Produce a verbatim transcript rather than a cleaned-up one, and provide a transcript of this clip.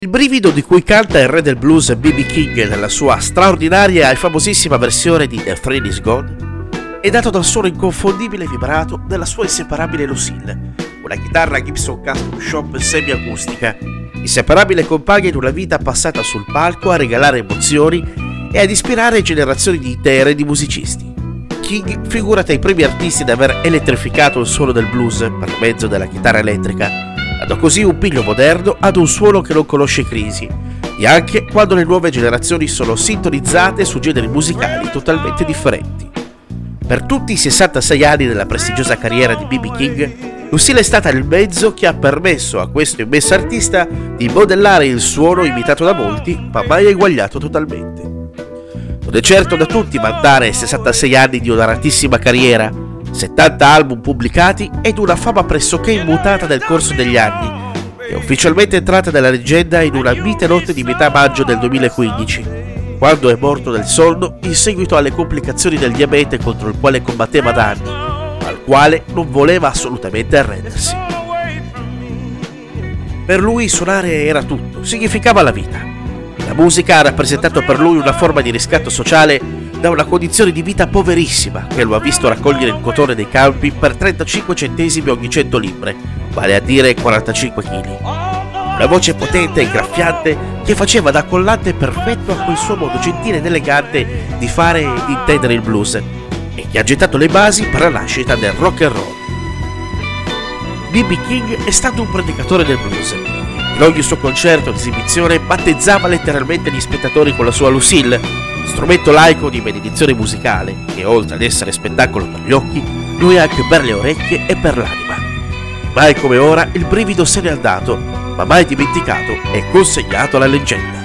Il brivido di cui canta il re del blues B B King nella sua straordinaria e famosissima versione di The Thrill Is Gone è dato dal suono inconfondibile e vibrato della sua inseparabile Lucille, una chitarra Gibson Custom Shop semiacustica, inseparabile compagna di una vita passata sul palco a regalare emozioni e ad ispirare generazioni di intere di musicisti. King figura tra i primi artisti ad aver elettrificato il suono del blues per mezzo della chitarra elettrica, dando così un piglio moderno ad un suono che non conosce crisi, e anche quando le nuove generazioni sono sintonizzate su generi musicali totalmente differenti. Per tutti i sessantasei anni della prestigiosa carriera di B B King, Lucille è stata il mezzo che ha permesso a questo immenso artista di modellare il suono imitato da molti, ma mai eguagliato totalmente. Non è certo da tutti vantare sessantasei anni di onoratissima carriera, settanta album pubblicati ed una fama pressoché immutata nel corso degli anni, è ufficialmente entrata nella leggenda in una mite notte di metà maggio del duemilaquindici, quando è morto nel sonno in seguito alle complicazioni del diabete contro il quale combatteva da anni, al quale non voleva assolutamente arrendersi. Per lui suonare era tutto, significava la vita. La musica ha rappresentato per lui una forma di riscatto sociale da una condizione di vita poverissima che lo ha visto raccogliere il cotone dei campi per trentacinque centesimi ogni cento libbre, vale a dire quarantacinque chili. Una voce potente e graffiante che faceva da collante perfetto a quel suo modo gentile ed elegante di fare e di intendere il blues, e che ha gettato le basi per la nascita del rock and roll. B B King è stato un predicatore del blues. In ogni suo concerto ed esibizione battezzava letteralmente gli spettatori con la sua Lucille, strumento laico di benedizione musicale che, oltre ad essere spettacolo per gli occhi, lo è anche per le orecchie e per l'anima. Mai come ora il brivido se ne è andato, ma mai dimenticato e consegnato alla leggenda.